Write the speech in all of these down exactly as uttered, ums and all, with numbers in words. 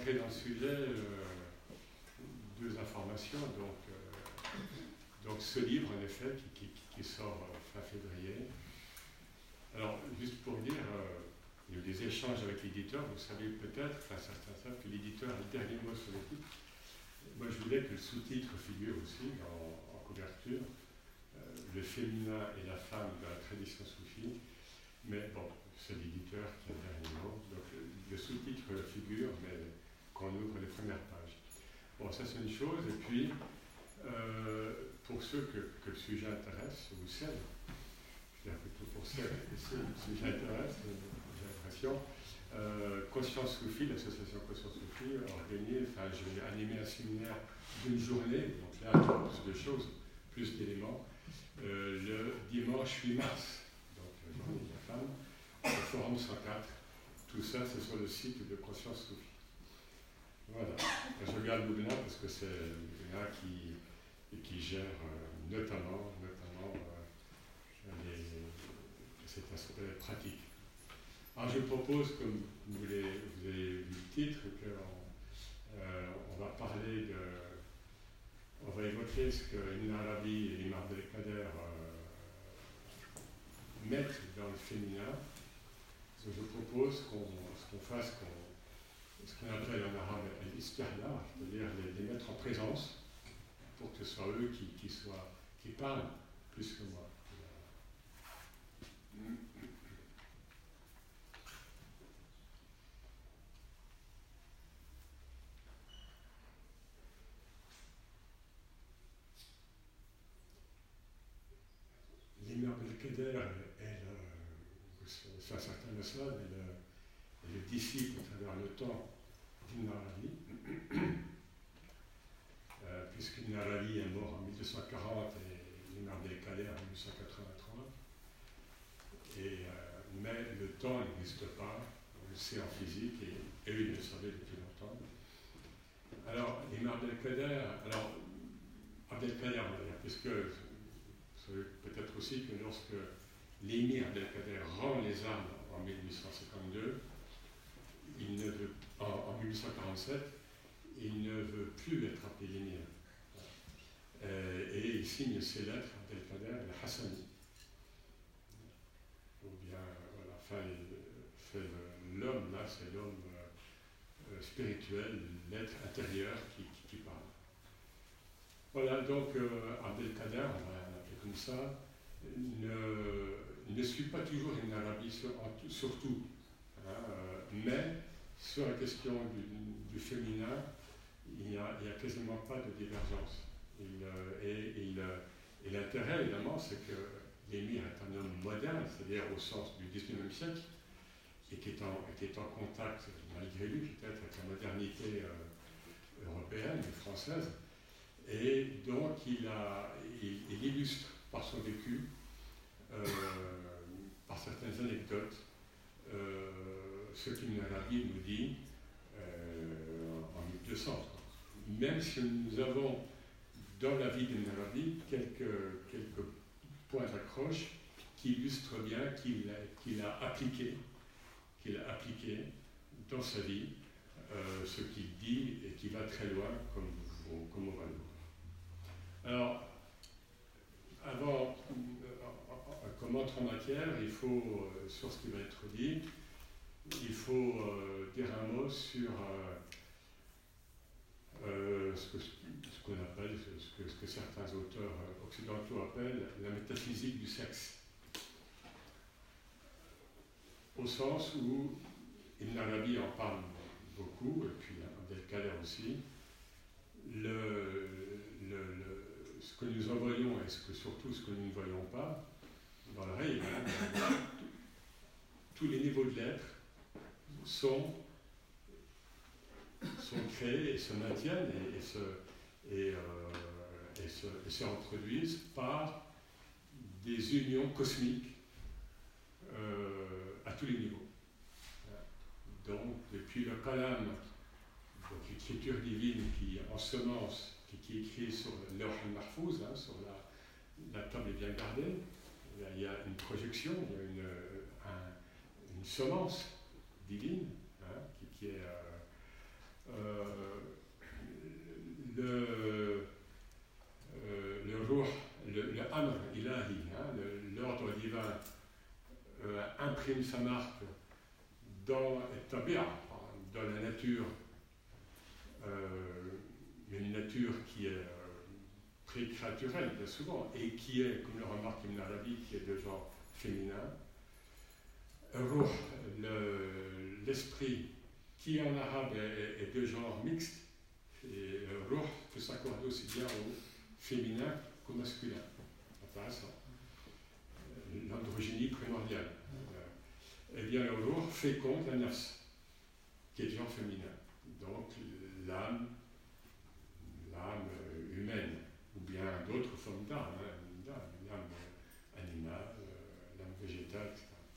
rentrer dans le sujet, euh, deux informations. Donc, euh, donc ce livre, en effet, qui, qui, qui sort fin février. Alors, juste pour dire, euh, il y a eu des échanges avec l'éditeur. Vous savez peut-être, enfin certains savent, que l'éditeur a le dernier mot sur le titre. Moi, je voulais que le sous-titre figure aussi en, en couverture. Euh, le féminin et la femme dans la tradition soufie. Mais bon, c'est l'éditeur qui a le dernier mot. Donc le, le sous-titre figure, mais qu'on ouvre les premières pages. Bon, ça c'est une chose. Et puis, euh, pour ceux que, que le sujet intéresse, ou celles, je dirais plutôt pour celles que le sujet intéresse, j'ai l'impression, euh, Conscience Soufie, l'association Conscience Soufie, organise, enfin, je vais animer un séminaire d'une journée, donc là, il y a plus de choses, plus d'éléments, euh, le dimanche huit mars, donc la journée de la femme, au Forum cent quatre. Tout ça, c'est sur le site de Conscience Soufie. Voilà. Je regarde Loubna parce que c'est Loubna qui, qui gère euh, notamment, notamment euh, les, cet aspect pratique. Alors je propose, comme vous, les, vous avez vu le titre, qu'on euh, on va parler de... On va évoquer ce que Ibn Arabi et l'imam Abdelkader euh, mettre dans le féminin. Donc je propose qu'on qu'on fasse qu'on, ce qu'on appelle en arabe l'istihla, c'est-à-dire les, les mettre en présence pour que ce soit eux qui, qui, soient, qui parlent plus que moi. L'imam Abdelkader est le, c'est un certain Nasrad, est le disciple à travers le temps d'Ibn Arabi, euh, puisqu'Ibn Arabi est mort en mille deux cent quarante et l'imam Abdelkader en mille huit cent quatre-vingt-trois. Et, euh, mais le temps n'existe pas, on le sait en physique, et eux ils le savaient depuis longtemps. Alors, l'imam Abdelkader, alors, Abdelkader, puisque vous savez peut-être aussi que lorsque l'émir Abdelkader rend les armes en mille huit cent cinquante-deux, il ne veut, en, en mille huit cent quarante-sept, il ne veut plus être appelé l'émir. Euh, et il signe ses lettres, Abdelkader, le Hassani. Ou bien, voilà, enfin, l'homme, là, c'est l'homme euh, spirituel, l'être intérieur qui, qui, qui parle. Voilà, donc euh, Abdelkader, on va l'appeler comme ça, ne, ne suit pas toujours une Arabie sur, sur tout, hein, euh, mais sur la question du, du féminin, il n'y a, a quasiment pas de divergence. Il, euh, et il, et l'intérêt, évidemment, c'est que l'émir est un homme moderne, c'est-à-dire au sens du dix-neuvième siècle, et qui est en, qui est en contact, malgré lui, peut-être, avec la modernité euh, européenne et française. Et donc, il, a, il, il illustre par son vécu, euh, par certaines anecdotes, euh, ce qu'Ibn Arabi nous dit euh, en mille deux cents. Même si nous avons dans la vie d'Ibn Arabi quelques, quelques points d'accroche qui illustrent bien qu'il a, qu'il a appliqué, qu'il a appliqué dans sa vie euh, ce qu'il dit et qui va très loin, comme, comme on va le voir. Alors, avant qu'on entre en matière, il faut, euh, sur ce qui va être dit, il faut euh, dire un mot sur euh, euh, ce, que, ce qu'on appelle, ce que, ce que certains auteurs occidentaux appellent la métaphysique du sexe. Au sens où Ibn Arabi en parle beaucoup, et puis Abdelkader aussi, le, le, le, ce que nous en voyons et ce que, surtout ce que nous ne voyons pas, dans le réel, hein, tous les niveaux de l'être sont, sont créés et se maintiennent et, et, se, et, euh, et, se, et se reproduisent par des unions cosmiques euh, à tous les niveaux. Donc, depuis le kalam, donc l'écriture divine qui ensemence, qui, qui écrit sur le Lawh al-Mahfouz, hein, sur la, la table bien gardée, il y a une projection, il y a une, un, une semence divine hein, qui, qui, est, euh, euh, le, euh, le ruh, le, le amr ilahi, hein, le, l'ordre divin, euh, imprime sa marque dans tabia, dans la nature, euh, une nature qui est euh, pré-créaturelle bien souvent, et qui est, comme le remarque Ibn Arabi, qui est de genre féminin. Ruh, le, l'esprit, qui en arabe est, est de genre mixte, et ruh peut s'accorder aussi bien au féminin qu'au masculin. Intéressant. L'androgynie primordiale. Eh bien, le ruh féconde la nafs, qui est de genre féminin. Donc, l'âme, l'âme humaine, ou bien d'autres formes d'âme, hein, l'âme animale, l'âme végétale, et cetera.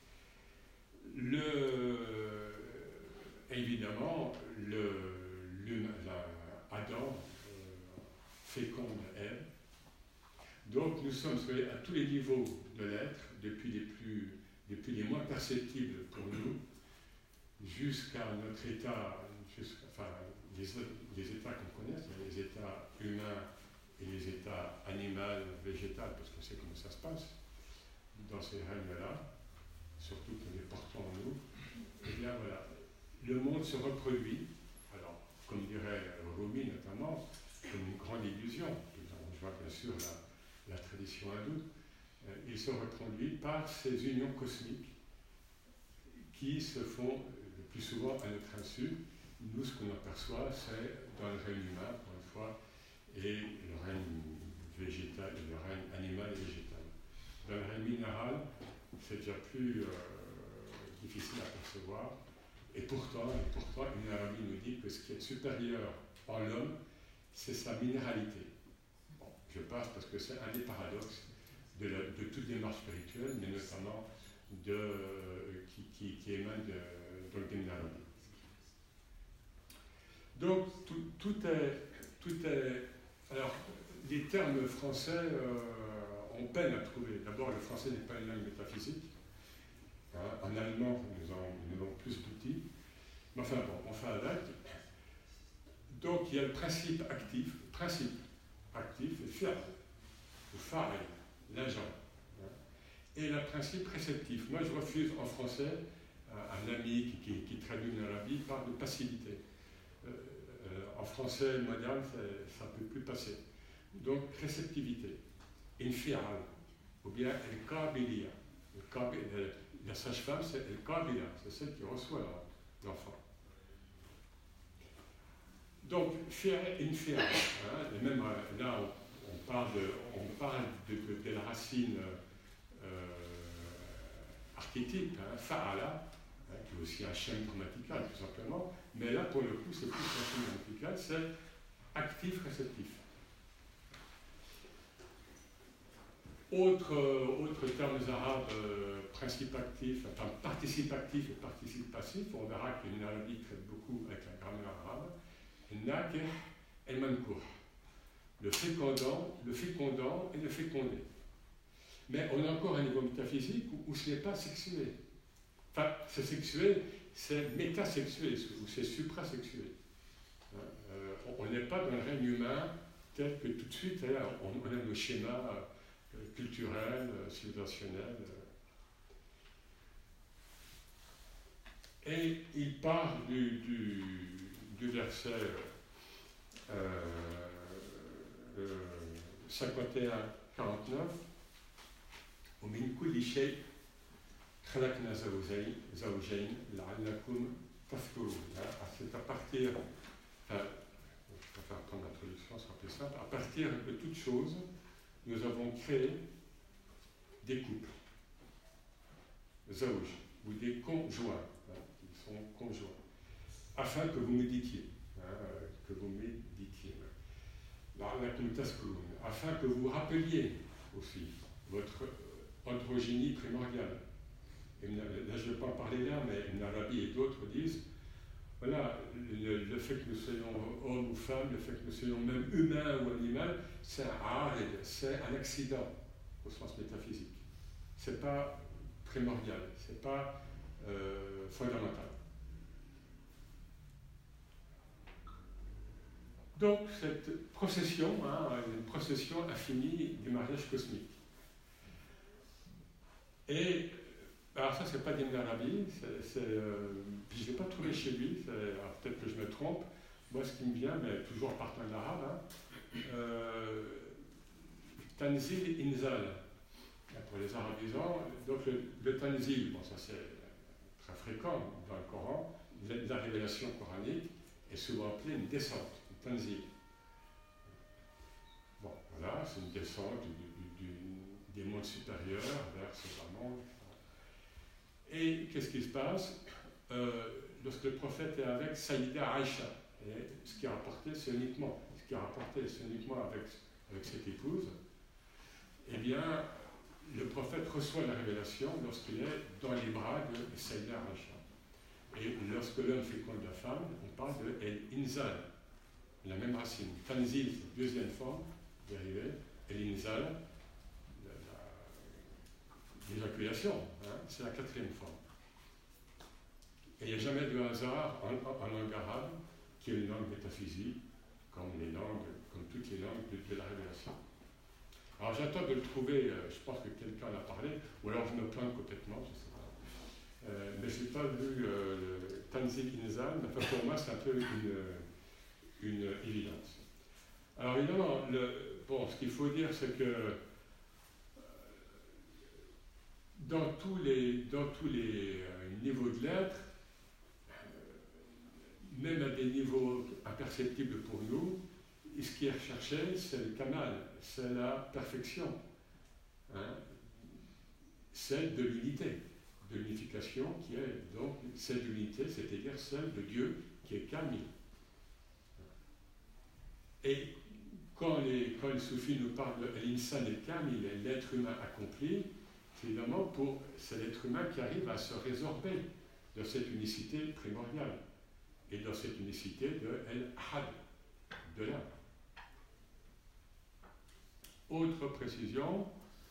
Le, évidemment, le, la, Adam euh, féconde Ève. Donc, nous sommes à tous les niveaux de l'être, depuis les, plus, depuis les moins perceptibles pour nous, jusqu'à notre état, jusqu'à, enfin, les, les états qu'on connaît, les états humains et les états animal, végétal, parce qu'on sait comment ça se passe dans ces règnes-là, surtout que nous les portons en nous. Eh bien voilà, le monde se reproduit, alors, comme dirait Rumi notamment, comme une grande illusion. Je vois bien sûr la, la tradition hindoue. Euh, il se reproduit par ces unions cosmiques qui se font le plus souvent à notre insu. Nous, ce qu'on aperçoit, c'est dans le règne humain, pour une fois, et le règne végétal, le règne animal et végétal. Dans le règne minéral, c'est déjà plus euh, difficile à percevoir. Et pourtant, et pourtant, Ibn Arabi nous dit que ce qui est supérieur en l'homme, c'est sa minéralité. Bon, je passe parce que c'est un des paradoxes de, la, de toute démarche spirituelle, mais notamment de, euh, qui, qui, qui émane de, de Ibn Arabi. Donc, tout, tout, est, tout est... Alors, les termes français, euh, on peine à trouver. D'abord, le français n'est pas une langue métaphysique. Hein, en allemand, nous avons, nous avons plus d'outils. Mais enfin, bon, on fait avec. Donc, il y a le principe actif, le principe actif, le fi'l, le fa'il, l'agent. Hein, et le principe réceptif. Moi, je refuse en français, un ami qui, qui, qui traduit une arabe parle de passivité. Euh, euh, en français moderne, ça ne peut plus passer. Donc, réceptivité, infial, ou bien el-kabiliya. La sage-femme, c'est el-kabila, c'est celle qui reçoit l'enfant. Donc, infial, hein, et même là, on parle de, on parle de, de, de la racine euh, archétype, hein, fa'ala, hein, qui est aussi un schème grammatical, tout simplement, mais là, pour le coup, c'est plus un schème grammatical, c'est actif-réceptif. Autre, euh, autre termes arabes, euh, principe actif, enfin participe actif et participe passif, on verra que l'Ibn Arabi traite beaucoup avec la grammaire arabe. Nakih et mankour. Le fécondant, le fécondant et le fécondé. Mais on a encore un niveau métaphysique où, où ce n'est pas sexué. Enfin, c'est sexué, c'est métasexué, ou c'est suprasexué. Euh, on n'est pas dans le règne humain tel que tout de suite, là, on, on a nos schémas euh, culturels, euh, civilisationnels. Et il parle du, du, du verset euh, euh, cinquante et un à quarante-neuf. ومن كل شيء خلقنا زوجين زوجين لعلكم تذكرون. C'est à partir, enfin, je préfère prendre l'introduction, ce sera plus simple. À partir de toute chose, nous avons créé des couples, zawj, ou des conjoints, hein, qui sont conjoints, afin que vous méditiez, hein, que vous méditiez, la'allakum tazkurun, afin que vous rappeliez aussi votre androgynie primordiale. Et là, je ne vais pas en parler là, mais Ibn Arabi et d'autres disent, voilà, le, le fait que nous soyons hommes ou femmes, le fait que nous soyons même humains ou animaux, c'est un arid, c'est un accident au sens métaphysique. Ce n'est pas primordial, ce n'est pas euh, fondamental. Donc, cette procession, hein, une procession infinie du mariage cosmique. Et, alors ça, c'est pas d'Ibn Arabi, c'est, euh, je ne l'ai pas trouvé chez lui, peut-être que je me trompe. Moi, ce qui me vient, mais toujours partant de l'arabe, hein, euh, Tanzil Inzal, pour les arabisants. Donc, le, le Tanzil, bon, ça c'est très fréquent dans le Coran, la, la révélation coranique est souvent appelée une descente, une Tanzil. Bon, voilà, c'est une descente du, du, du, des mondes supérieurs vers ce bas monde. Et qu'est-ce qui se passe euh, lorsque le prophète est avec Saïda Aïcha? Et ce qui a rapporté, c'est uniquement, ce qui a rapporté, c'est uniquement avec, avec cette épouse. Eh bien, le prophète reçoit la révélation lorsqu'il est dans les bras de Saïda Aïcha. Et lorsque l'homme fait compte de la femme, on parle de El Inzal, la même racine. Tanzil, c'est la deuxième forme dérivée. El Inzal, l'éjaculation, hein, c'est la quatrième forme. Et il n'y a jamais de hasard en, en, en langue arabe, qui est une langue métaphysique, comme les langues, comme toutes les langues de, de la révélation. Alors j'attends de le trouver, euh, je pense que quelqu'un en a parlé, ou alors je me plante complètement, je ne sais pas. Euh, mais je n'ai pas vu euh, le Tanzil Inzal, mais pour moi c'est un peu une, une évidence. Alors évidemment, le, bon, ce qu'il faut dire, c'est que dans tous les, dans tous les euh, niveaux de l'être, euh, même à des niveaux imperceptibles pour nous, ce qui est recherché, c'est le kamal, c'est la perfection, hein, celle de l'unité, de l'unification qui est donc celle de l'unité, c'est-à-dire celle de Dieu qui est kamil. Et quand les, quand les soufis nous parlent de l'insan et kamil, l'être humain accompli, c'est évidemment pour c'est l'être humain qui arrive à se résorber dans cette unicité primordiale et dans cette unicité de El-Had, de l'âme. Autre précision,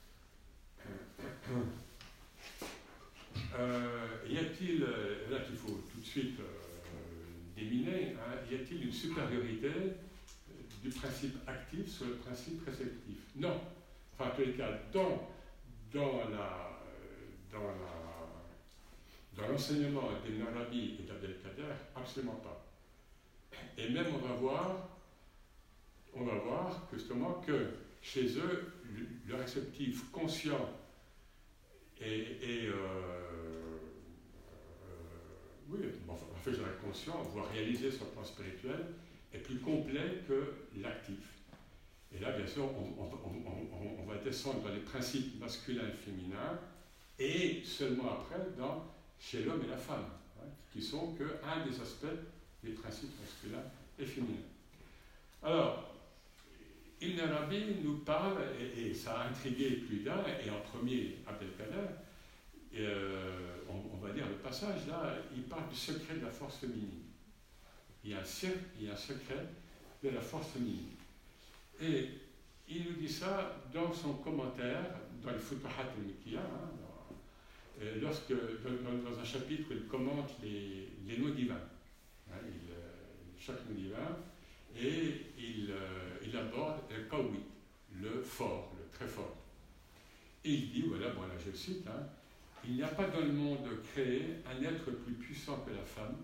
euh, y a-t-il, là qu'il faut tout de suite euh, déminer, hein, y a-t-il une supériorité du principe actif sur le principe réceptif? Non. Enfin, en tous les cas, dans, dans, la, dans, la, dans l'enseignement d'Ibn Arabi et d'Abdelkader, absolument pas. Et même on va voir, on va voir que justement que chez eux, le, le réceptif conscient et, et euh, euh, oui, bon, en fait, je dirais conscient, voire réalisé sur le plan spirituel, est plus complet que l'actif. Et là, bien sûr, on, on, on, on va descendre dans les principes masculins et féminins, et seulement après dans, chez l'homme et la femme, hein, qui sont qu'un des aspects des principes masculins et féminins. Alors, Ibn Arabi nous parle, et, et ça a intrigué plus d'un, et en premier Abdelkader, euh, on, on va dire le passage là, il parle du secret de la force féminine. Il y a un, il y a un secret de la force féminine. Et il nous dit ça dans son commentaire, dans le Futuhat al-Mikkiya, hein, lorsque, dans, dans un chapitre où il commente les, les noms divins, hein, il, chaque nom divin, et il, euh, il aborde le Qawi, le fort, le très fort. Et il dit, voilà, bon là je le cite, hein, il n'y a pas dans le monde créé un être plus puissant que la femme,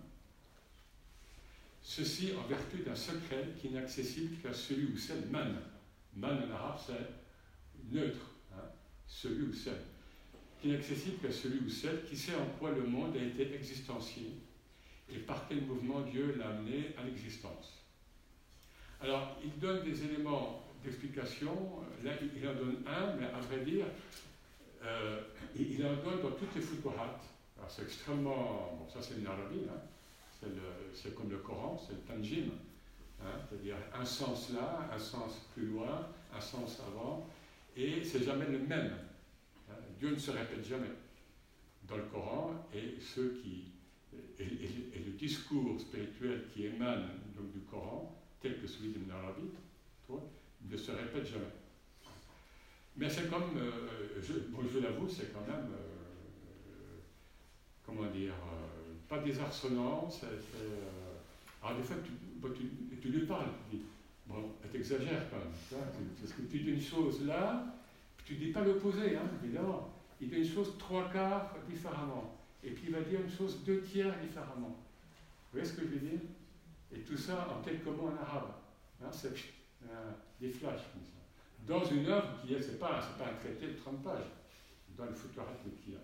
ceci en vertu d'un secret qui n'est accessible qu'à celui ou celle man. Man en arabe c'est neutre, hein, celui ou celle, qui n'est accessible qu'à celui ou celle qui sait en quoi le monde a été existencié et par quel mouvement Dieu l'a amené à l'existence. Alors, il donne des éléments d'explication, là il en donne un, mais à vrai dire, euh, il en donne dans toutes les futuhat. Alors c'est extrêmement, bon ça c'est une Arabie, hein, c'est, le, c'est comme le Coran, c'est le Tanjim, hein, c'est-à-dire un sens là, un sens plus loin, un sens avant, et c'est jamais le même. Hein, Dieu ne se répète jamais dans le Coran, et ceux qui, et, et, et le discours spirituel qui émane donc du Coran, tel que celui d'Ibn Arabi, ne se répète jamais. Mais c'est comme, euh, je, bon, je l'avoue, c'est quand même, euh, comment dire, euh, pas désarçonnant, c'est, c'est, euh, alors des fois, tu, tu, tu lui parles, tu dis, bon, tu exagères quand même. Parce que tu dis une chose là, tu ne dis pas l'opposé, hein, évidemment. Il dit une chose trois quarts différemment. Et puis il va dire une chose deux tiers différemment. Vous voyez ce que je veux dire? Et tout ça en quelques mots en arabe. Hein, c'est euh, des flashs comme ça. Dans une œuvre qui est, c'est pas, c'est pas un traité de trente pages, dans le Futuhat Makiya.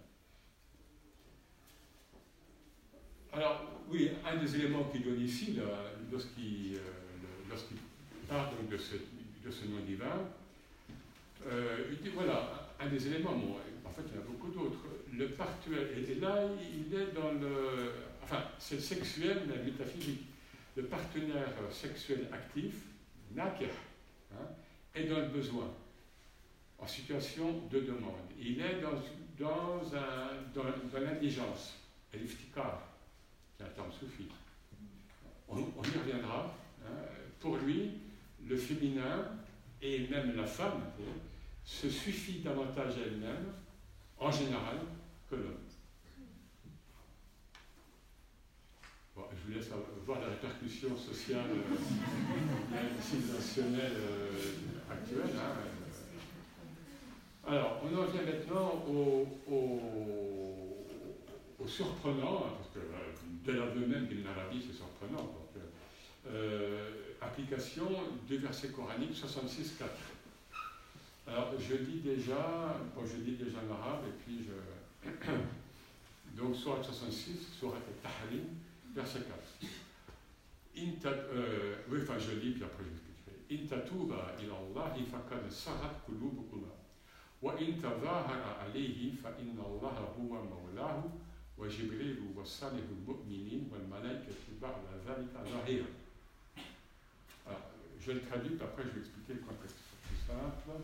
Alors, oui, un des éléments qu'il donne ici, là, lorsqu'il, euh, lorsqu'il parle donc de ce, de ce nom divin, euh, il dit voilà, un des éléments, bon, en fait il y en a beaucoup d'autres, le partuel, et là il est dans le, enfin c'est sexuel mais métaphysique, le partenaire sexuel actif, nakir, hein, est dans le besoin, en situation de demande. Il est dans, dans, un, dans, dans l'indigence, l'iftikar, qui est un terme soufi. On, on y reviendra. Hein. Pour lui, le féminin et même la femme se suffit davantage à elle-même, en général, que l'homme. Bon, je vous laisse voir la répercussion sociale et civilisationnelle euh, actuelle. Hein. Alors, on en vient maintenant au, au, au surprenant, hein, parce que euh, de l'aveu même d'Ibn Arabi, c'est surprenant. Donc, euh, application du verset coranique soixante-six quatre. Alors, je dis déjà, bon, je dis déjà en arabe, et puis je. Donc, Sourate soixante-six, Sourate al-Tahrim, verset quatre. Inta, euh, oui, enfin, je lis, puis après je expliquerai. In tatuba ila Allahi faqad sarat qulubukuma. Wa in tadhahara alayhi fa inna Allaha huwa mawlahu wa Jibrilu wa salihul mu'minin wal malaikatu ba'da dhalika zahir. Alors, je le traduis, puis après je vais expliquer le contexte plus simple.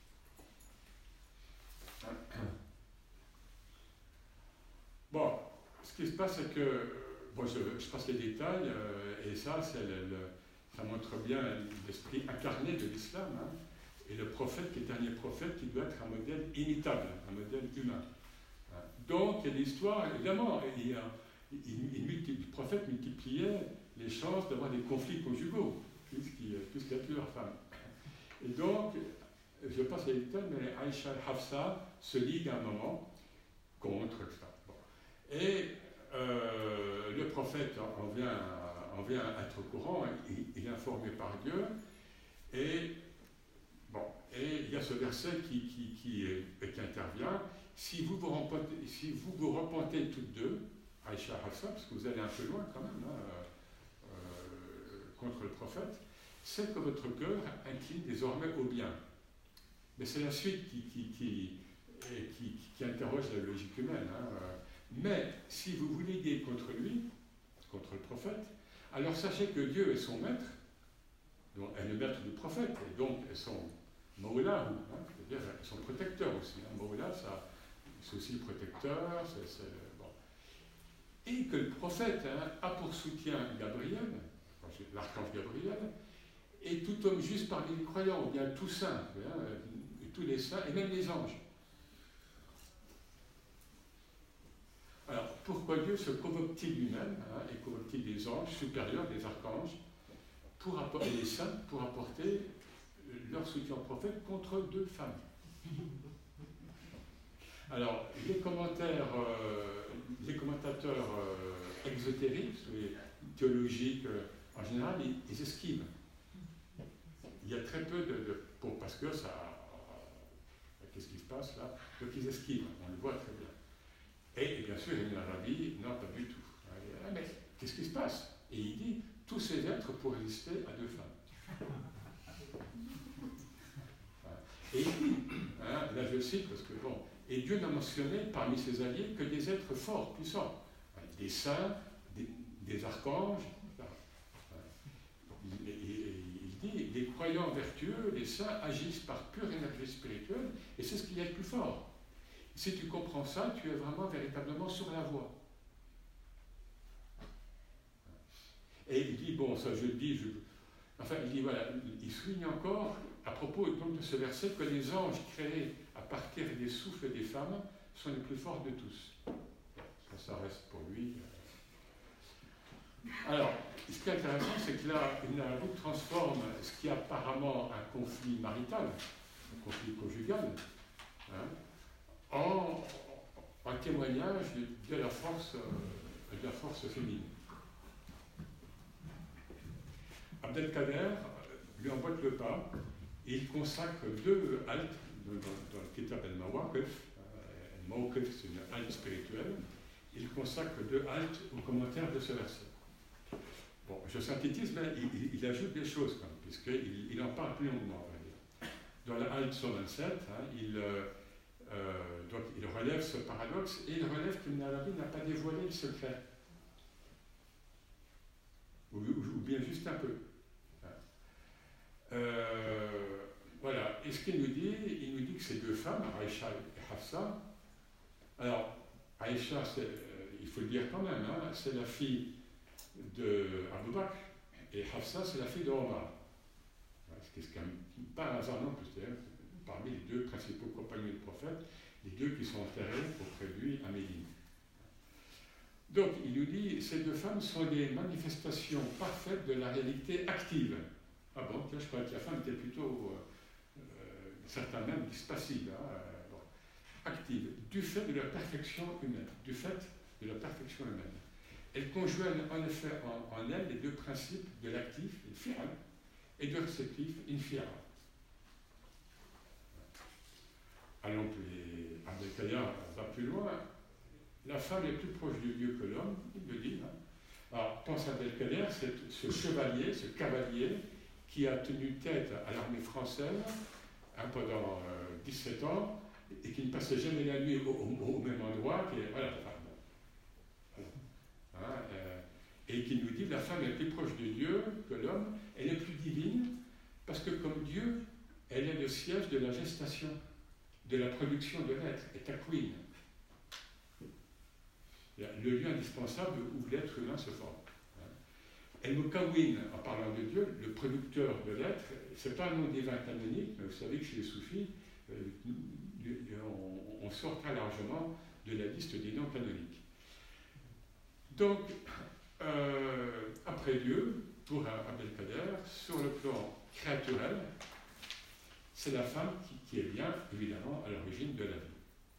Bon, ce qui se passe, c'est que, bon, je, je passe les détails, euh, et ça, c'est le, le, ça montre bien l'esprit incarné de l'islam, hein, et le prophète qui est le dernier prophète qui doit être un modèle imitable, un modèle humain. Hein. Donc, il y a l'histoire, évidemment, il y a, il, il multi, le prophète multipliait les chances d'avoir des conflits conjugaux, puisqu'il puisqu'il y a plusieurs femmes. Et donc, je passe les détails, mais Aïcha et Hafsa se liguent à un moment contre ça. Bon. Et euh, le prophète en vient, en vient à être au courant, il, il est informé par Dieu, et bon, et il y a ce verset qui, qui, qui, qui intervient. Si vous vous, repentez, si vous vous repentez toutes deux, Aïcha et Hafsa, parce que vous allez un peu loin quand même, hein, euh, contre le prophète, c'est que votre cœur incline désormais au bien. Mais c'est la suite qui, qui, qui, qui, qui interroge la logique humaine. Hein. Mais si vous vous liguez contre lui, contre le prophète, alors sachez que Dieu est son maître, donc est le maître du prophète, et donc est son Mawla, hein, c'est-à-dire son protecteur aussi. Hein. Mawla, ça, c'est aussi le protecteur, c'est, c'est, bon. Et que le prophète hein, a pour soutien Gabriel, l'archange Gabriel, et tout homme juste parmi les croyants, ou bien tout saint, hein, tous les saints, et même les anges. Alors, pourquoi Dieu se convoque-t-il lui-même, hein, et convoque-t-il les anges supérieurs, les archanges, pour apporter les saints, pour apporter leur soutien au prophète contre deux femmes? Alors, les commentaires, euh, les commentateurs euh, exotériques, les théologiques, euh, en général, ils, ils esquivent. Il y a très peu de, de bon, parce que ça, euh, qu'est-ce qui se passe là? Donc ils esquivent, on le voit très bien. Et, et bien sûr, Ibn Arabi, non, pas du tout. Ah, mais qu'est-ce qui se passe? Et il dit, tous ces êtres pour résister à deux femmes. Et il dit, hein, là je cite parce que bon, et Dieu n'a mentionné parmi ses alliés que des êtres forts, puissants, des saints, des, des archanges. Et, et, il dit, les croyants vertueux, les saints agissent par pure énergie spirituelle, et c'est ce qu'il y a de plus fort. Si tu comprends ça, tu es vraiment véritablement sur la voie. Et il dit, bon, ça je le dis, je, enfin, il dit, voilà, il souligne encore, à propos donc, de ce verset, que les anges créés à partir des souffles des femmes sont les plus forts de tous. Ça, ça reste pour lui. Alors, ce qui est intéressant, c'est que là, Ibn Arabi transforme ce qui est apparemment un conflit marital, un conflit conjugal, hein, en, en témoignage de, de, la force, de la force féminine. Abdelkader lui emboîte le pas et il consacre deux haltes dans, dans, dans le Kitab al-Mawaqif. Al-Mawaqif, c'est une halte spirituelle. Il consacre deux haltes au commentaire de ce verset. Bon, je synthétise, mais il, il, il ajoute des choses, quand même, puisqu'il il en parle plus longuement, on va dire. Dans la halte cent vingt-sept, hein, il, euh, donc, il relève ce paradoxe et il relève qu'Ibn Arabi n'a pas dévoilé le secret. Ou, ou, ou bien juste un peu. Euh, voilà. Et ce qu'il nous dit, il nous dit que ces deux femmes, Aïcha et Hafsa, alors, Aïcha, euh, il faut le dire quand même, hein, c'est la fille de Abu Bakr, et Hafsa, c'est la fille de Omar. Ce qui est quand même pas un hasard non plus, c'est parmi les deux principaux compagnons du prophète, les deux qui sont enterrés auprès de lui à Médine. Donc, il nous dit, ces deux femmes sont des manifestations parfaites de la réalité active. Ah bon, tiens, je croyais que la femme était plutôt, euh, euh, certains même disent passive, hein, euh, bon, active, du fait de la perfection humaine, du fait de la perfection humaine. Elle conjoignent en effet en, en elle les deux principes de l'actif, le fi'al, et du réceptif, infi'al. Allons plus, Abdelkader va plus loin. La femme est plus proche de Dieu que l'homme, il le dit. Hein. Alors, pense à Abdelkader, c'est ce chevalier, ce cavalier, qui a tenu tête à l'armée française hein, pendant euh, dix-sept ans, et qui ne passait jamais la nuit au, au, au même endroit, qui est, voilà, enfin, voilà. Hein, euh, et qui nous dit que la femme est plus proche de Dieu que l'homme, elle est plus divine, parce que comme Dieu, elle est le siège de la gestation, de la production de l'être, et takwin. Le lieu indispensable où l'être humain se forme. El Mukawin, en parlant de Dieu, le producteur de l'être, ce n'est pas un nom divin canonique, mais vous savez que chez les soufis, euh, on, on sort très largement de la liste des noms canoniques. Donc, euh, après Dieu, pour Abdelkader, sur le plan créaturel, c'est la femme qui, qui est bien, évidemment, à l'origine de la vie.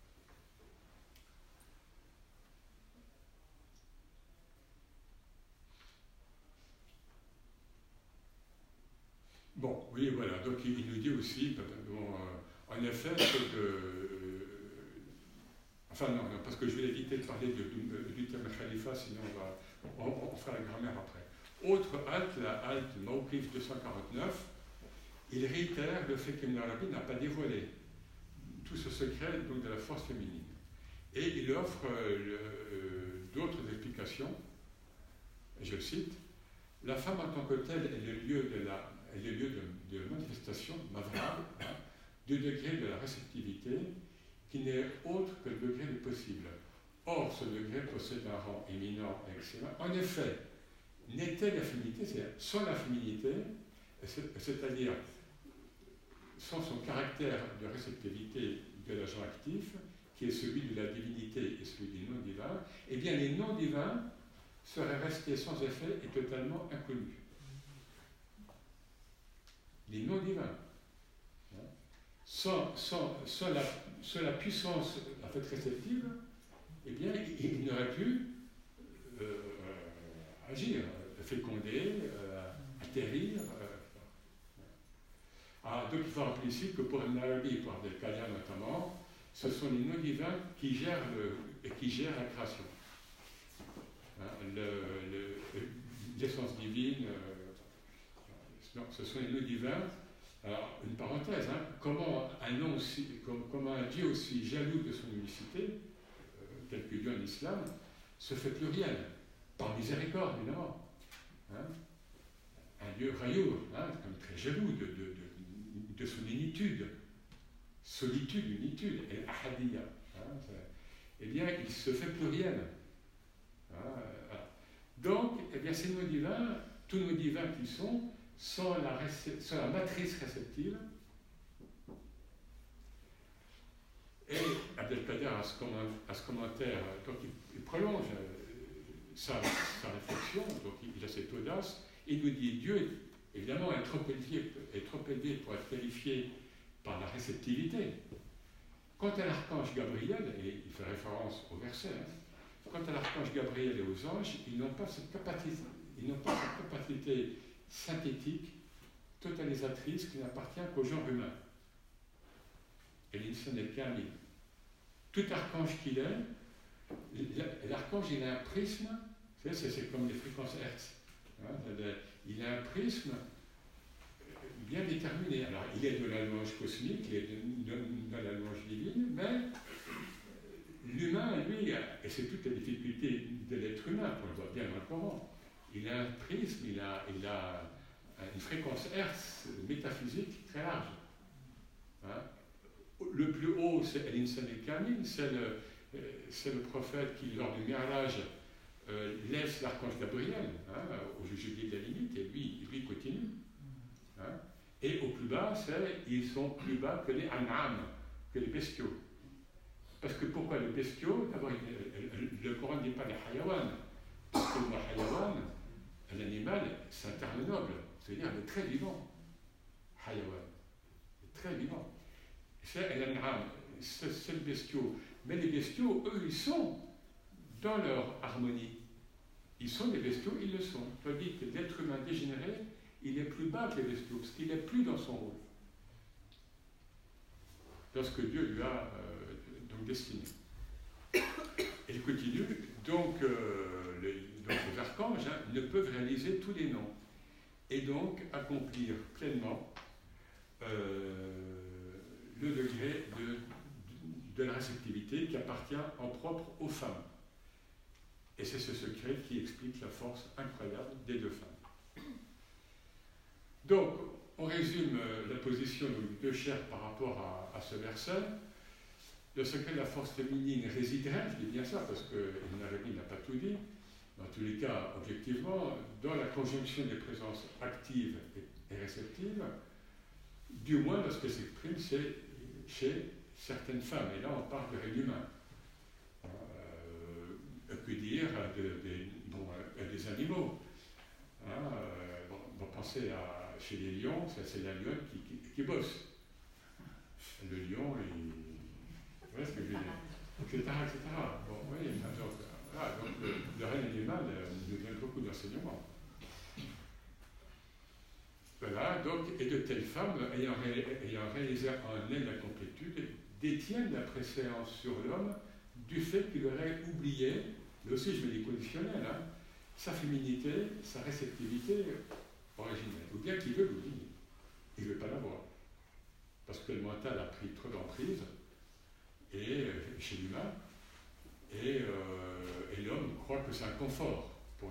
Bon, oui, voilà, donc il, il nous dit aussi, bon, euh, en effet, que, euh, enfin non, non, parce que je vais éviter de parler de, de, du thème Khalifa, sinon on, va, on, on fera la grammaire après. Autre halte, la halte Mawqif deux cent quarante-neuf, il réitère le fait qu'Ibn Arabi n'a pas dévoilé tout ce secret donc, de la force féminine. Et il offre euh, euh, d'autres explications, je le cite, la femme en tant que telle est le lieu de la est le lieu de, de manifestation, mavrab, hein, du degré de la réceptivité, qui n'est autre que le degré du possible. Or, ce degré possède un rang éminent et excellent. En effet, n'était la féminité, c'est-à-dire sans la féminité, c'est-à-dire sans son caractère de réceptivité de l'agent actif, qui est celui de la divinité et celui du non divin, eh bien les non divins seraient restés sans effet et totalement inconnus. Les non divins. Sans, sans, sans, la, sans la puissance en fait, réceptive, eh bien, il, il n'aurait pu euh, agir, féconder, euh, atterrir. Euh. Ah, donc il faut rappeler ici que pour Ibn Arabi et pour Abdelkader notamment, ce sont les non divins qui gèrent, le, qui gèrent la création. Hein, l'essence divine. Euh, Non, ce sont les nœuds divins. Alors, une parenthèse, hein, comment, un nom aussi, comme, comment un Dieu aussi jaloux de son unicité, euh, tel que Dieu en islam, se fait pluriel, par miséricorde, évidemment. Hein. Un Dieu rayour, hein, comme très jaloux de, de, de, de son unitude, solitude, unitude, et ahadiyya. Hein, eh bien, il se fait pluriel. Hein, voilà. Donc, eh bien, ces noms divins, tous nos divins qui sont, sans la, sans la matrice réceptive. Et Abdelkader, à ce, comment, à ce commentaire, donc il, il prolonge euh, sa, sa réflexion, donc il a cette audace, et il nous dit Dieu, évidemment, est trop élevé, est trop élevé pour être qualifié par la réceptivité. Quant à l'archange Gabriel, et il fait référence au verset, hein, quant à l'archange Gabriel et aux anges, ils n'ont pas cette capacité, ils n'ont pas cette capacité synthétique, totalisatrice, qui n'appartient qu'au genre humain. Et l'insan est kamil. Tout archange qu'il est, l'archange il a un prisme, c'est, c'est comme les fréquences Hertz. Hein, il a un prisme bien déterminé. Alors, il est de la louange cosmique, il est de, de, de la louange divine, mais l'humain, lui, et c'est toute la difficulté de l'être humain, qu'on le voit bien dans le Coran, il a un prisme, il a, il a une fréquence Hertz métaphysique très large. Hein? Le plus haut, c'est l'insan el-kamil, c'est le, c'est le prophète qui, lors du Mi'raj, euh, laisse l'archange Gabriel, hein, au jubilé de la limite, et lui, lui continue. Hein? Et au plus bas, c'est ils sont plus bas que les an'am, que les bestiaux. Parce que pourquoi les bestiaux? D'abord, le Coran ne dit pas les hayawan. Parce que le hayawan, l'animal, c'est un terme noble, c'est-à-dire le très vivant. Hayawan, le très vivant. C'est l'an'am, c'est, c'est le bestiaux. Mais les bestiaux, eux, ils sont dans leur harmonie. Ils sont des bestiaux, ils le sont. C'est-à-dire que l'être humain dégénéré, il est plus bas que les bestiaux, parce qu'il n'est plus dans son rôle. Lorsque Dieu lui a euh, donc destiné. Et il continue, donc, euh, les, donc les archanges hein, ne peuvent réaliser tous les noms, et donc accomplir pleinement euh, le degré de, de, de la réceptivité qui appartient en propre aux femmes. Et c'est ce secret qui explique la force incroyable des deux femmes. Donc, on résume la position de deux chers par rapport à, à ce verset. Le secret de la force féminine résiderait, je dis bien ça parce que Ibn Arabi n'a pas tout dit, dans tous les cas, objectivement, dans la conjonction des présences actives et, et réceptives, du moins lorsque s'exprime chez, chez certaines femmes. Et là, on parle de règne humain. Euh, que dire de, de, bon, des animaux hein, euh, bon, bon, pensez à chez les lions, ça, c'est la lionne qui, qui, qui bosse. Le lion, il... Vous voyez ce que je veux dire, et cetera, et cetera. Bon, oui, donc, voilà, donc le, le règne animal euh, nous donne beaucoup d'enseignements. Voilà, donc, et de telles femmes, ayant, ré, ayant réalisé en elles la complétude, détiennent la préséance sur l'homme du fait qu'il aurait oublié, mais aussi je mets des conditionnels, hein, sa féminité, sa réceptivité originelle. Ou bien qu'il veut l'oublier. Il ne veut pas l'avoir. Parce que le mental a pris trop d'emprise et, chez l'humain, et, euh, et l'homme croit que c'est un confort pour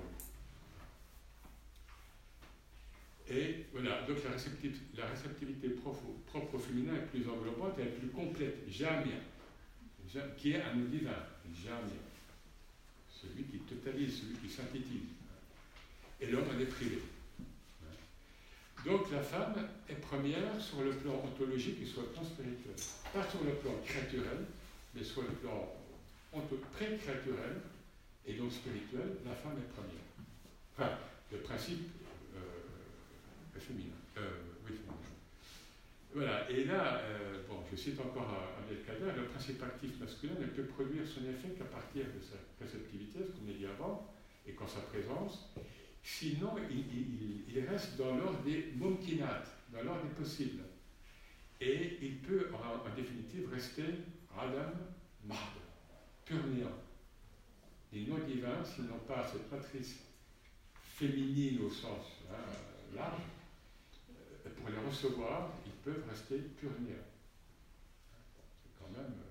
lui. Et voilà, donc la réceptivité, la réceptivité propre, propre au féminin est plus englobante et est plus complète. Jamia, qui est un mot divin. Jamia. Celui qui totalise, celui qui synthétise. Et l'homme en est privé. Donc la femme est première sur le plan ontologique et sur le plan spirituel. Pas sur le plan créaturel, mais sur le plan pré-créaturel et donc spirituel, la femme est première. Enfin, le principe euh, est féminin. Euh, oui, féminin. Voilà, et là, euh, bon, je cite encore Abdelkader, le principe actif masculin ne peut produire son effet qu'à partir de sa réceptivité, ce qu'on a dit avant, et qu'en sa présence. Sinon, il, il, il reste dans l'ordre des mumkinat, dans l'ordre des possibles. Et il peut, en, en définitive, rester adam mahd, pur néant. Les noms divins, s'ils n'ont pas cette matrice féminine au sens hein, large, euh, pour les recevoir, ils peuvent rester pur néant. C'est quand même...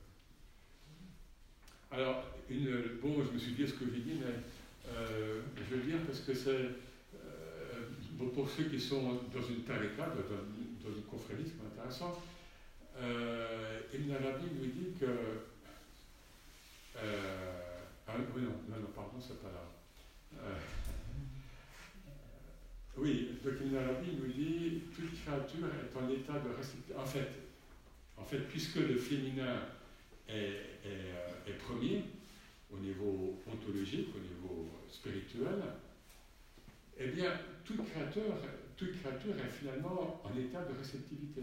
Euh... Alors, une, bon, je me suis dit ce que j'ai dit, mais... Euh, je veux dire parce que c'est euh, bon, pour ceux qui sont dans une tarika, dans, dans, dans une confrérie, c'est intéressant. Euh, Ibn Arabi nous dit que euh, ah, oui, non, non, non, pardon, c'est pas là. Euh, oui, donc Ibn Arabi nous dit toute créature est en état de réceptivité. En fait, en fait, puisque le féminin est, est, est premier au niveau ontologique, au niveau spirituel, eh bien, tout créateur, toute créature est finalement en état de réceptivité.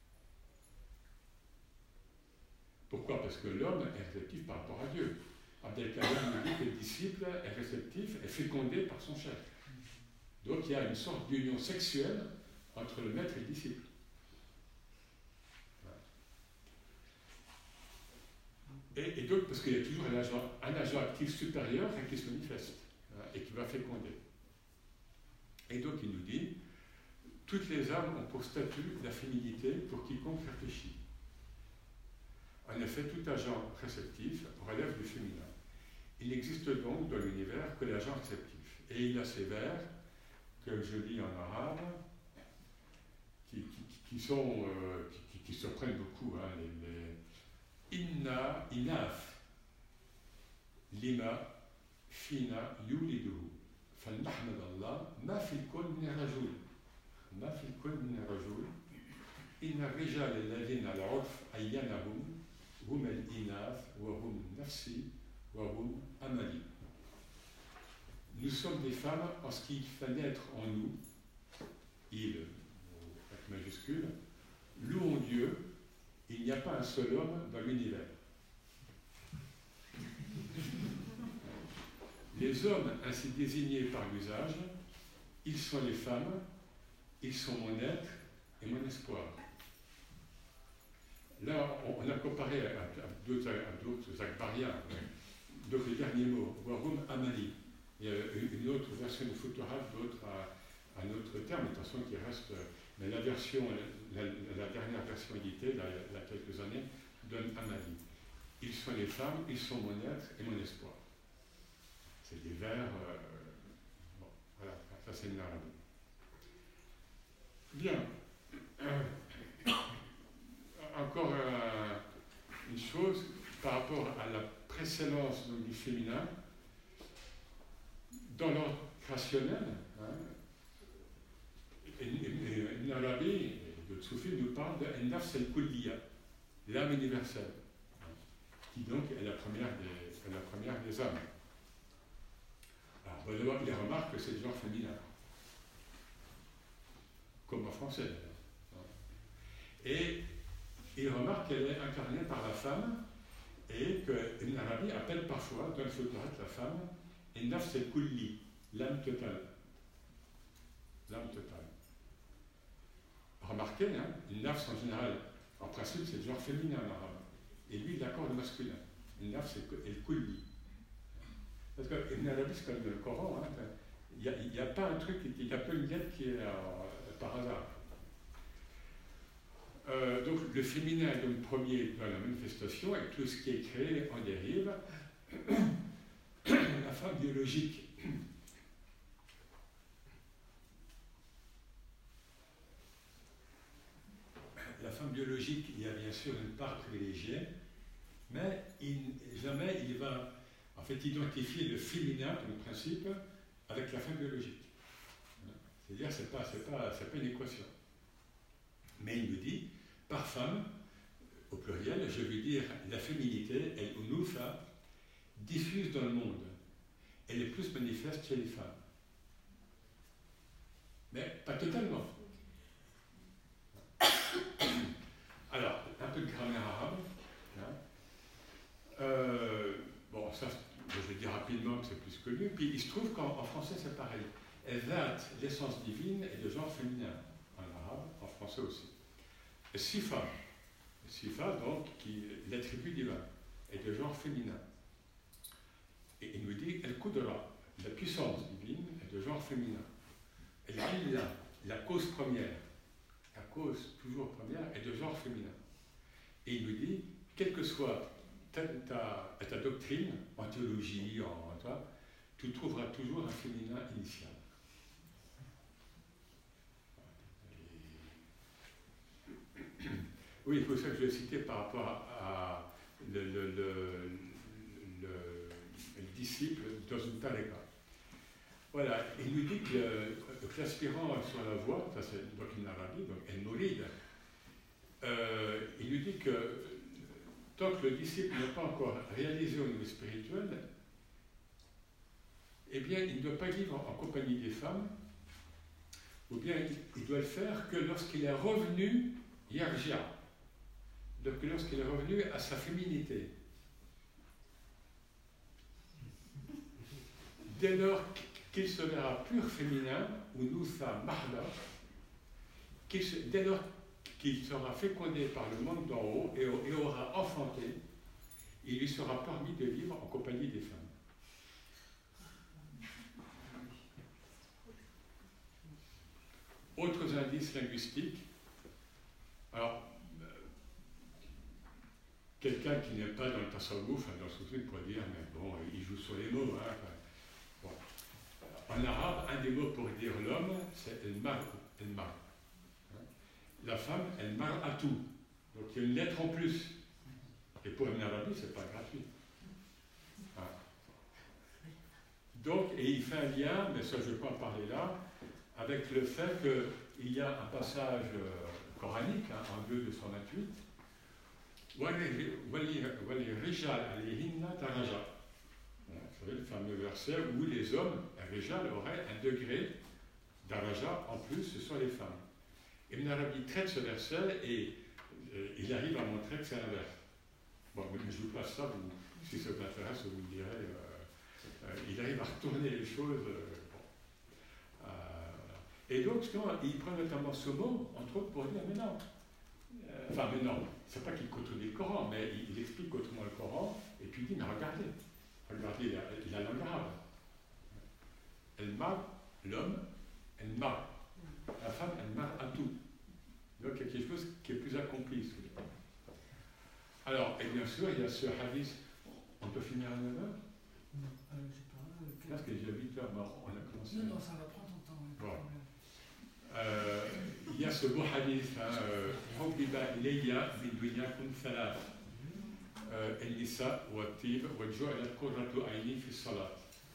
Pourquoi? Parce que l'homme est réceptif par rapport à Dieu. Abdelkader nous dit que le disciple est réceptif, est fécondé par son chef. Donc il y a une sorte d'union sexuelle entre le maître et le disciple. Et, et donc, parce qu'il y a toujours un agent, un agent actif supérieur qui se manifeste et qui va féconder. Et donc il nous dit, toutes les âmes ont pour statut la féminité pour quiconque réfléchit. En effet, tout agent réceptif relève du féminin. Il n'existe donc dans l'univers que l'agent réceptif. Et il assevère, que je lis en arabe, qui, qui, qui sont, euh, qui, qui surprennent beaucoup, hein, les, les Inna, inaf, lima, fina, yuliduhu. فلنحمد الله ما في الكون من الرجل ما في الكون من الرجل إن الرجال الذين العرف عينهم هم الإناث وهم نفسي وهم أملي. Nous sommes des femmes en ce qui fait naître en nous, il, avec majuscule, louons Dieu, il n'y a pas un seul homme dans l'univers. Les hommes ainsi désignés par l'usage, ils sont les femmes, ils sont mon être et mon espoir. Là, on, on a comparé à, à d'autres akbariens, donc le dernier mot, Warum Amali. Il y a une autre version de Futuhat, d'autres à un autre terme, attention qui reste, mais la version, la, la dernière version éditée, il y a quelques années, donne Amali. Ils sont les femmes, ils sont mon être et mon espoir. C'est des vers, euh, bon, voilà, ça c'est une arabe. Bien. Euh, encore euh, une chose par rapport à la précédence donc, du féminin. Dans l'ordre rationnel, hein, Ibn Arabi et d'autres soufis nous parlent de Nafs al-Kulliya, l'âme universelle, qui donc est la première des, la première des âmes. Alors, bon, d'abord, il remarque que c'est le genre féminin, comme en français d'ailleurs. Et il remarque qu'elle est incarnée par la femme et que Ibn Arabi appelle parfois, dans le Futuhat, la femme Nafs al-Kulli, l'âme totale. L'âme totale. Remarquez, hein, une nafs en général, en principe, c'est le genre féminin en arabe. Et lui, il accorde le masculin. Une nafs est le kulli. Parce que Ibn Arabi, c'est comme le Coran, hein, il n'y a, a pas un truc, il n'y a pas une lettre qui est euh, par hasard. Euh, donc le féminin est donc premier dans la manifestation, et tout ce qui est créé en dérive. La femme biologique. La femme biologique, il y a bien sûr une part privilégiée, mais il, jamais il va en fait identifier le féminin comme principe avec la femme biologique. C'est-à-dire c'est pas, c'est pas, c'est pas une équation. Mais il me dit, par femme, au pluriel, je veux dire la féminité, elle unutha, diffuse dans le monde. Elle est plus manifeste chez les femmes. Mais pas totalement. Alors, un peu de grammaire arabe. Hein. Euh, bon, ça, je vais dire rapidement que c'est plus connu. Puis il se trouve qu'en français, c'est pareil. Evat, l'essence divine, est de genre féminin. En arabe, en français aussi. Sifa, Sifa, donc, qui l'attribut divin, est de genre féminin. Et il nous dit, El-Qudra, la puissance divine, est de genre féminin. El-Illa, la cause première, la cause toujours première, est de genre féminin. Et il nous dit, quelle que soit ta, ta, ta doctrine, en théologie, en toi, tu trouveras toujours un féminin initial. Oui, il faut ça que je vais citer par rapport à, à le, le, le, le, le disciple dans une tariqa. Voilà, il nous dit que l'aspirant sur la voie, ça c'est donc une Arabie, donc El Mouride, euh, il nous dit que tant que le disciple n'a pas encore réalisé au niveau spirituel, eh eh bien, il ne doit pas vivre en compagnie des femmes, ou bien il doit le faire que lorsqu'il est revenu yarja, donc lorsqu'il est revenu à sa féminité. Dès lors qu'il se verra pur féminin, ou Nusa Mahla, dès lors qu'il sera fécondé par le monde d'en haut et, et aura enfanté, il lui sera permis de vivre en compagnie des femmes. Autres indices linguistiques. Alors, euh, quelqu'un qui n'est pas dans le tasawwuf, dans le soufisme, pourrait dire, mais bon, il joue sur les mots. Hein, bon. En arabe, un des mots pour dire l'homme, c'est el-mar, el-mar. La femme, elle marre à tout. Donc il y a une lettre en plus. Et pour un arabe, ce n'est pas gratuit. Hein. Donc, et il fait un lien, mais ça je ne vais pas en parler là, avec le fait qu'il y a un passage euh, coranique, hein, en deux deux cent vingt-huit, Wali Rijal alayhinna daraja. Vous savez, le fameux verset où les hommes, Rijal, auraient un degré daraja en plus sur les femmes. Ibn Arabi traite ce verset et euh, il arrive à montrer que c'est l'inverse. Bon, mais je vous passe ça, vous, si ça vous intéresse, vous me direz. Euh, euh, il arrive à retourner les choses. Euh, bon. euh, et donc, il prend notamment ce mot, entre autres, pour dire, mais non. Euh, enfin, mais non, c'est pas qu'il contredit le Coran, mais il, il explique autrement le Coran, et puis il dit, mais regardez, regardez, il a, il a la langue arabe. Elle marre, l'homme, elle marre. La femme, elle marre à tout. Donc il y a quelque chose qui est plus accompli. Alors, et bien sûr, il y a ce hadith. On peut finir à neuf heures? Non, euh, je sais pas. Euh, quel... Parce qu'il est déjà huit heures, bon, on a commencé. Non, non, ça va prendre ton temps. Bon. Euh, il y a ce beau hadith. Hubbiba ilayya min dunyakum thalath. El-nisa wa tib wa ju'ila qurratu ayni fi salat.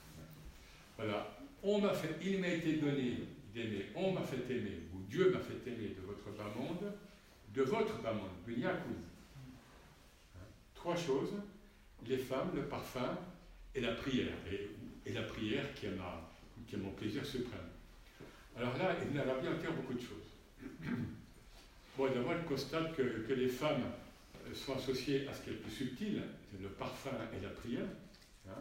Voilà. On m'a fait, il m'a été donné d'aimer, on m'a fait aimer, ou Dieu m'a fait aimer de votre bas monde, de votre bas monde, bunyakum. Trois choses, les femmes, le parfum et la prière. Et, et la prière qui est, ma, qui est mon plaisir suprême. Alors là, Ibn Arabi en tire beaucoup de choses. Bon, d'abord, il constate que, que les femmes sont associées à ce qui est le plus subtil, c'est le parfum et la prière. Hein.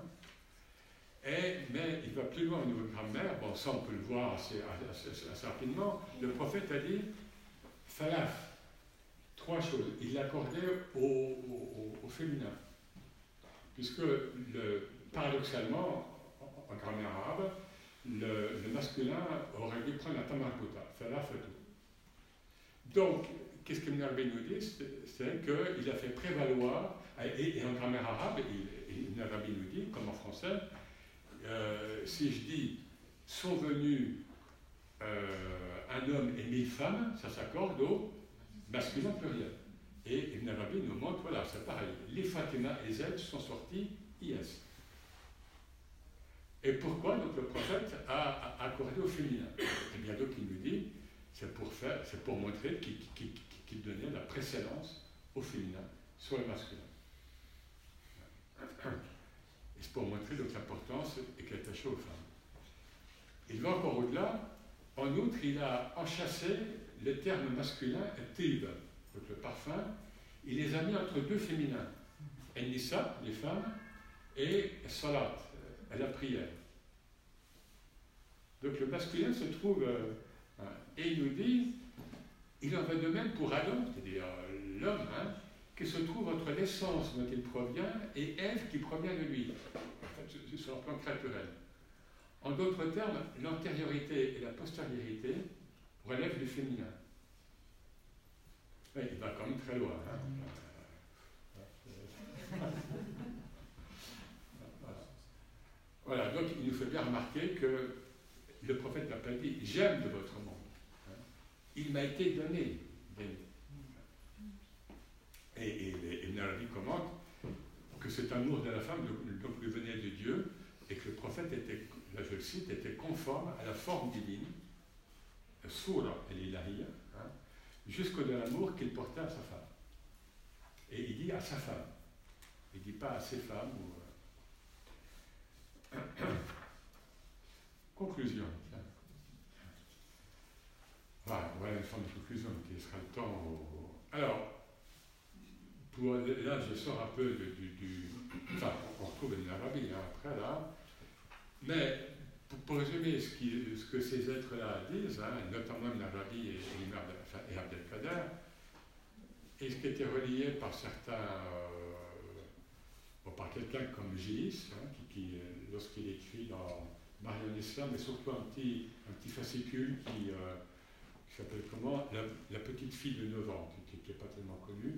Et, mais il va plus loin au niveau de grammaire, bon ça on peut le voir assez, assez, assez rapidement. Le prophète a dit Falaf, trois choses. Il l'accordait au, au, au féminin. Puisque le, paradoxalement, en, en grammaire arabe, le, le masculin aurait dû prendre la tamarkuta, Falaf et tout. Donc, qu'est-ce que Ibn Arabi nous dit? C'est qu'il a fait prévaloir, et, et en grammaire arabe, Ibn Arabi nous dit, comme en français, Euh, si je dis sont venus euh, un homme et mille femmes, ça s'accorde au masculin pluriel. Et Ibn Arabi nous montre, voilà, c'est pareil. Les Fatima et Z sont sortis I S. Et pourquoi donc le prophète a, a accordé au féminin? Et bien donc il nous dit, c'est pour faire, c'est pour montrer qu'il qu'il, qu'il donnait la précédence au féminin sur le masculin. C'est pour montrer donc l'importance et qu'elle est attachée aux femmes. Il va encore au-delà. En outre, il a enchâssé les termes masculins et tib, donc le parfum. Il les a mis entre deux féminins. En-nisa, les femmes, et salat, la prière. Donc le masculin se trouve, euh, et il nous dit, il en va de même pour Adam, c'est-à-dire l'homme, hein, qui se trouve entre l'essence dont il provient et Ève qui provient de lui, en fait, sur le plan créaturel. En d'autres termes, l'antériorité et la postériorité relèvent du féminin. Mais il va quand même très loin. Hein. Voilà. Voilà, donc il nous fait bien remarquer que le prophète n'a pas dit « j'aime de votre monde ». Il m'a été donné d'aimer. Et, et Ibn Arabi commente que cet amour de la femme donc lui venait de Dieu et que le prophète était, là je le cite, était conforme à la forme divine, Soura el-Ilahiyya, hein, jusqu'au de l'amour qu'il portait à sa femme. Et il dit à sa femme, il ne dit pas à ses femmes. Ou, euh... conclusion. Voilà, voilà une forme de conclusion qui sera le temps. Au... Alors, pour, là, je sors un peu de, du, du. Enfin, on retrouve une Arabi hein, après là. Mais pour, pour résumer ce, qui, ce que ces êtres-là disent, hein, notamment Ibn Arabi et, et, enfin, et Abdelkader, et ce qui était relié par certains. Euh, bon, par quelqu'un comme Gillis, hein, qui, qui lorsqu'il écrit dans Marie en Islam, mais surtout un petit, un petit fascicule qui. Euh, qui s'appelle comment la, la petite fille de neuf ans, qui n'est pas tellement connue.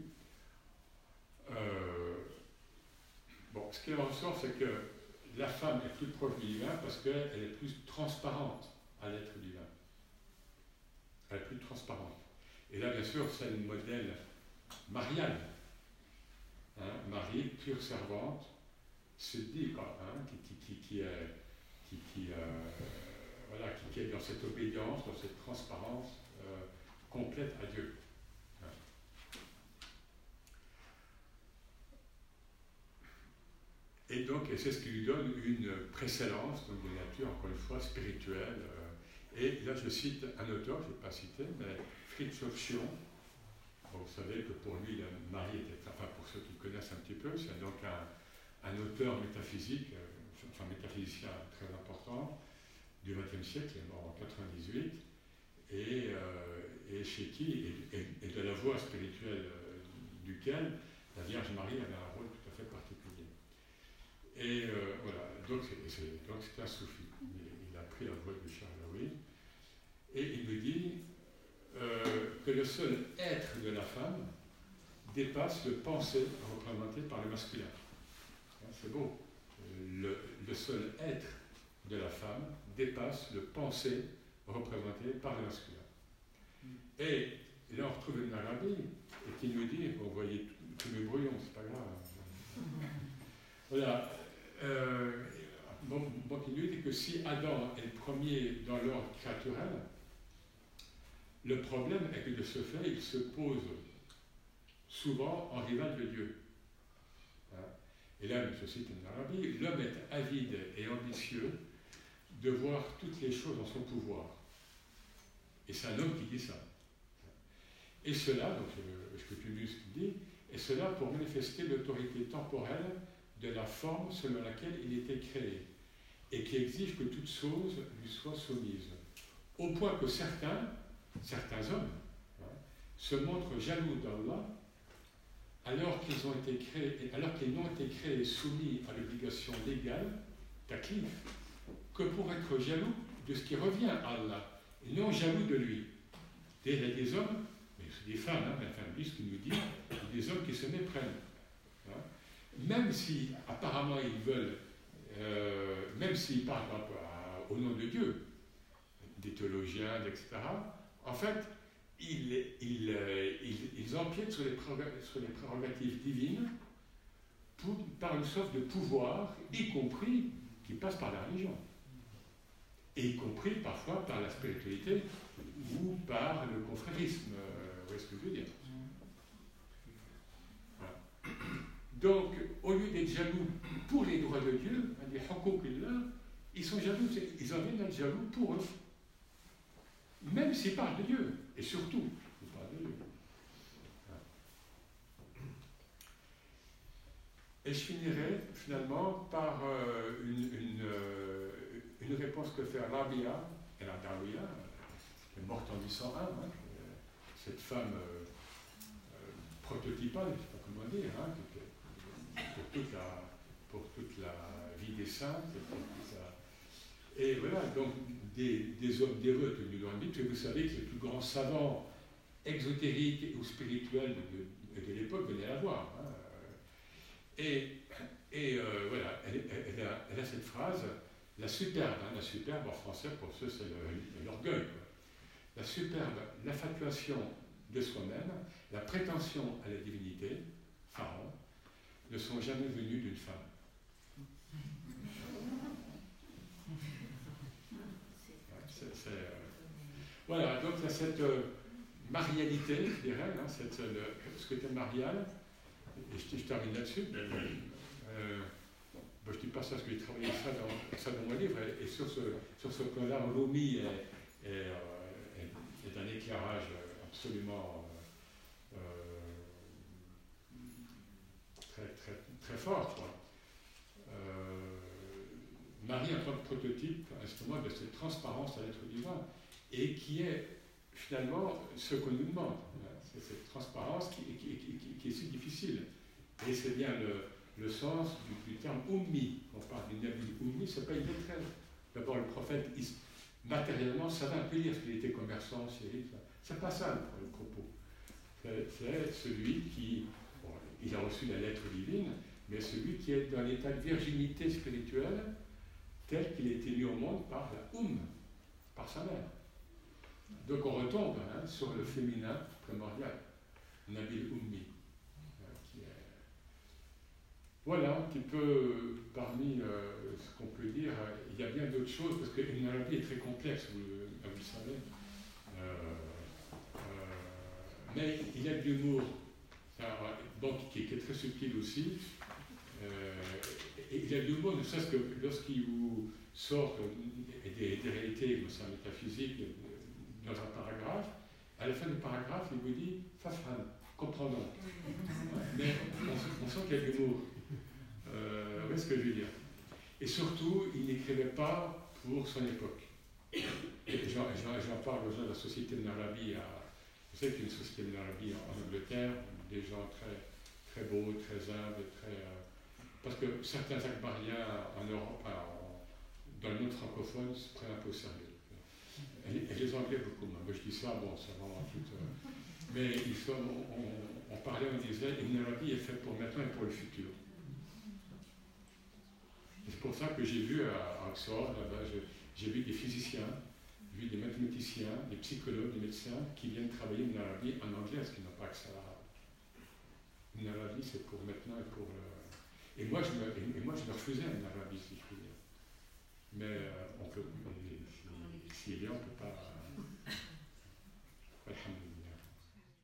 Euh, bon, ce qui en ressort, c'est que la femme est plus proche du divin parce qu'elle est plus transparente à l'être divin. Elle est plus transparente. Et là, bien sûr, c'est le modèle marial. Hein, Marie, pure servante, se dit, quoi, hein, qui, qui, qui, qui est, qui, qui, euh, voilà, qui, qui est dans cette obéissance, dans cette transparence euh, complète à Dieu. Hein. Et donc, et c'est ce qui lui donne une précédence, donc de nature, encore une fois, spirituelle. Euh, et là, je cite un auteur, je ne vais pas citer, mais Fritjof Schion. Bon, vous savez que pour lui, Marie était, enfin pour ceux qui le connaissent un petit peu, c'est donc un, un auteur métaphysique, euh, enfin métaphysicien très important du vingtième siècle, il est mort en quatre-vingt-dix-huit, et, euh, et chez qui, et, et, et de la voie spirituelle euh, duquel la Vierge Marie avait un rôle tout à fait particulier. Et euh, voilà, donc c'est un soufi. Il, il a pris la voie de Charlaoui, et il me dit euh, que le seul être de la femme dépasse le pensée représenté par le masculin. C'est beau. Le, le seul être de la femme dépasse le pensée représenté par le masculin. Et là, on retrouve une Arabi et qui nous dit, vous voyez tous mes brouillons, c'est pas grave. Voilà. Euh, bon, bon, il nous dit que si Adam est le premier dans l'ordre créaturel, le problème est que de ce fait, il se pose souvent en rival de Dieu. Hein? Et là, je cite une Arabi, l'homme est avide et ambitieux de voir toutes les choses en son pouvoir. Et c'est un homme qui dit ça. Et cela, donc je continue ce qu'il dit, et cela pour manifester l'autorité temporelle de la forme selon laquelle il était créé, et qui exige que toute chose lui soit soumise. Au point que certains, certains hommes, hein, se montrent jaloux d'Allah, alors qu'ils ont été créés, alors qu'ils n'ont été créés soumis à l'obligation légale, taklif, que pour être jaloux de ce qui revient à Allah, et non jaloux de lui. Et il y a des hommes, mais c'est des femmes, hein, mais enfin, lui, ce qu'il nous dit, il y a des hommes qui se méprennent. Hein, même si, apparemment, ils veulent, euh, même s'ils parlent à, au nom de Dieu, des théologiens, et cetera, en fait, ils, ils, ils, ils empiètent sur les, sur les prérogatives divines pour, par une sorte de pouvoir, y compris qui passe par la religion. Et y compris parfois par la spiritualité ou par le confrérisme. Euh, vous voyez ce que je veux dire? Voilà. Donc, au lieu d'être jaloux pour les droits de Dieu, des hukouqillah, ils sont jaloux, ils en viennent d'être jaloux pour eux. Même s'ils parlent de Dieu, et surtout, ils parlent de Dieu. Voilà. Et je finirai finalement par euh, une, une euh, une réponse que fait Rabia, et la Dawiya, qui est morte en mille cent un, hein, cette femme euh, euh, prototypale, je ne sais pas comment dire, hein, pour, toute la, pour toute la vie des saints. Et, et voilà, donc des, des hommes dévots tenus dans le mythe, et vous savez que les plus grands savants exotériques ou spirituels de, de, de l'époque venaient la voir. Hein. Et, et euh, voilà, elle, elle, elle, a, elle a cette phrase. La superbe, hein, la superbe en français, pour ceux, c'est l'orgueil. La superbe, l'infatuation de soi-même, la prétention à la divinité, Pharaon, ne sont jamais venues d'une femme. C'est, c'est, euh... Voilà, donc il y a cette euh, marialité, je dirais, hein, cette, le, ce côté marial, et je, je termine là-dessus. Euh, Bon, je ne dis pas ça parce que j'ai travaillé ça dans, ça dans mon livre, et, et sur ce, sur ce plan-là, Rumi est, est, est, est un éclairage absolument euh, très, très, très fort, quoi. Euh, Marie en tant que prototype, instrument de cette transparence à l'être divin, et qui est finalement ce qu'on nous demande. C'est cette transparence qui, qui, qui, qui, qui est si difficile. Et c'est bien le, le sens du, du terme ummi. On parle du Nabi ummi, c'est pas une lettre. D'abord, le prophète, il, matériellement, savait un peu lire, parce qu'il était commerçant, c'est, c'est pas ça le, le propos. C'est, c'est celui qui, bon, il a reçu la lettre divine, mais celui qui est dans l'état de virginité spirituelle, tel qu'il a été mis au monde par la Oum, par sa mère. Donc on retombe hein, sur le féminin primordial, Nabil Oummi. Euh, qui est... Voilà un petit peu parmi euh, ce qu'on peut dire. Il y a bien d'autres choses, parce que Ibn Arabi est très complexe, vous, vous le savez. Euh, euh, mais il a de l'humour, bon, qui, qui est très subtil aussi. Euh, et il a de l'humour, ne serait-ce que lorsqu'il vous sort des, des réalités, c'est un métaphysique, dans un paragraphe, à la fin du paragraphe, il vous dit « Fafran, comprenons ». Mais on, on sent qu'il y a de l'humour. Euh, vous voyez ce que je veux dire. Et surtout, il n'écrivait pas pour son époque. Et j'en, j'en, j'en parle aux gens de la société de l'Arabie. Vous savez qu'il y a une société de l'Arabie en, en Angleterre, des gens très, très beaux, très humbles, très... Euh, parce que certains akbariens en Europe, en, dans le monde francophone, se prennent un peu au sérieux. Et, et les Anglais beaucoup moins. Moi je dis ça, bon, c'est vraiment tout... Euh, mais ils sont, on, on, on parlait, on disait, Ibn Arabi est fait pour maintenant et pour le futur. Et c'est pour ça que j'ai vu à Oxford, là-bas, je, j'ai vu des physiciens, j'ai vu des mathématiciens, des psychologues, des médecins qui viennent travailler Ibn Arabi en anglais parce qu'ils n'ont pas accès à l'arabe. Ibn Arabi, c'est pour maintenant et pour... Euh, Et moi, je me, et moi, je me refusais un Arabi, si je puis dire. Mais euh, on peut, on, si, si il y a, on ne peut pas,